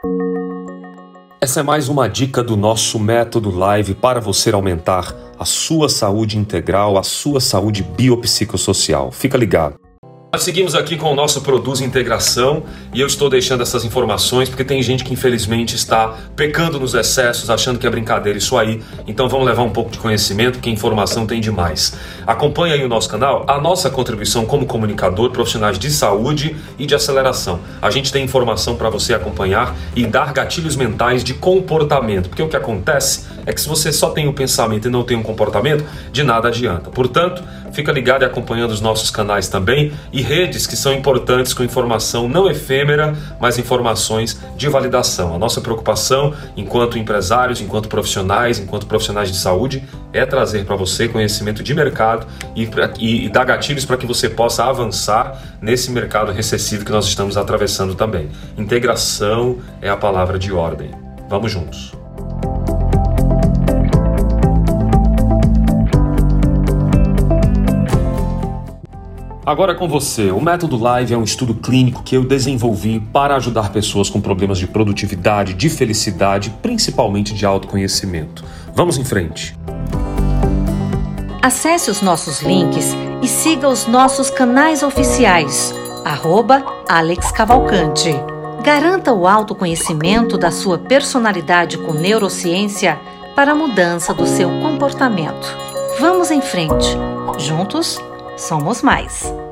Essa é mais uma dica do nosso método Live para você aumentar a sua saúde integral, a sua saúde biopsicossocial. Fica ligado. Nós seguimos aqui com o nosso Produz Integração e eu estou deixando essas informações porque tem gente que infelizmente está pecando nos excessos, achando que é brincadeira isso aí. Então vamos levar um pouco de conhecimento, porque informação tem demais. Acompanhe aí o nosso canal, a nossa contribuição como comunicador, profissionais de saúde e de aceleração. A gente tem informação para você acompanhar e dar gatilhos mentais de comportamento, porque o que acontece é que se você só tem o pensamento e não tem um comportamento, de nada adianta. Portanto, fica ligado e acompanhando os nossos canais também e redes que são importantes com informação não efêmera, mas informações de validação. A nossa preocupação enquanto empresários, enquanto profissionais de saúde é trazer para você conhecimento de mercado e dar gatilhos para que você possa avançar nesse mercado recessivo que nós estamos atravessando também. Integração é a palavra de ordem. Vamos juntos. Agora com você, o Método Live é um estudo clínico que eu desenvolvi para ajudar pessoas com problemas de produtividade, de felicidade, principalmente de autoconhecimento. Vamos em frente. Acesse os nossos links e siga os nossos canais oficiais, @Alex Cavalcante. Garanta o autoconhecimento da sua personalidade com neurociência para a mudança do seu comportamento. Vamos em frente. Juntos, somos mais.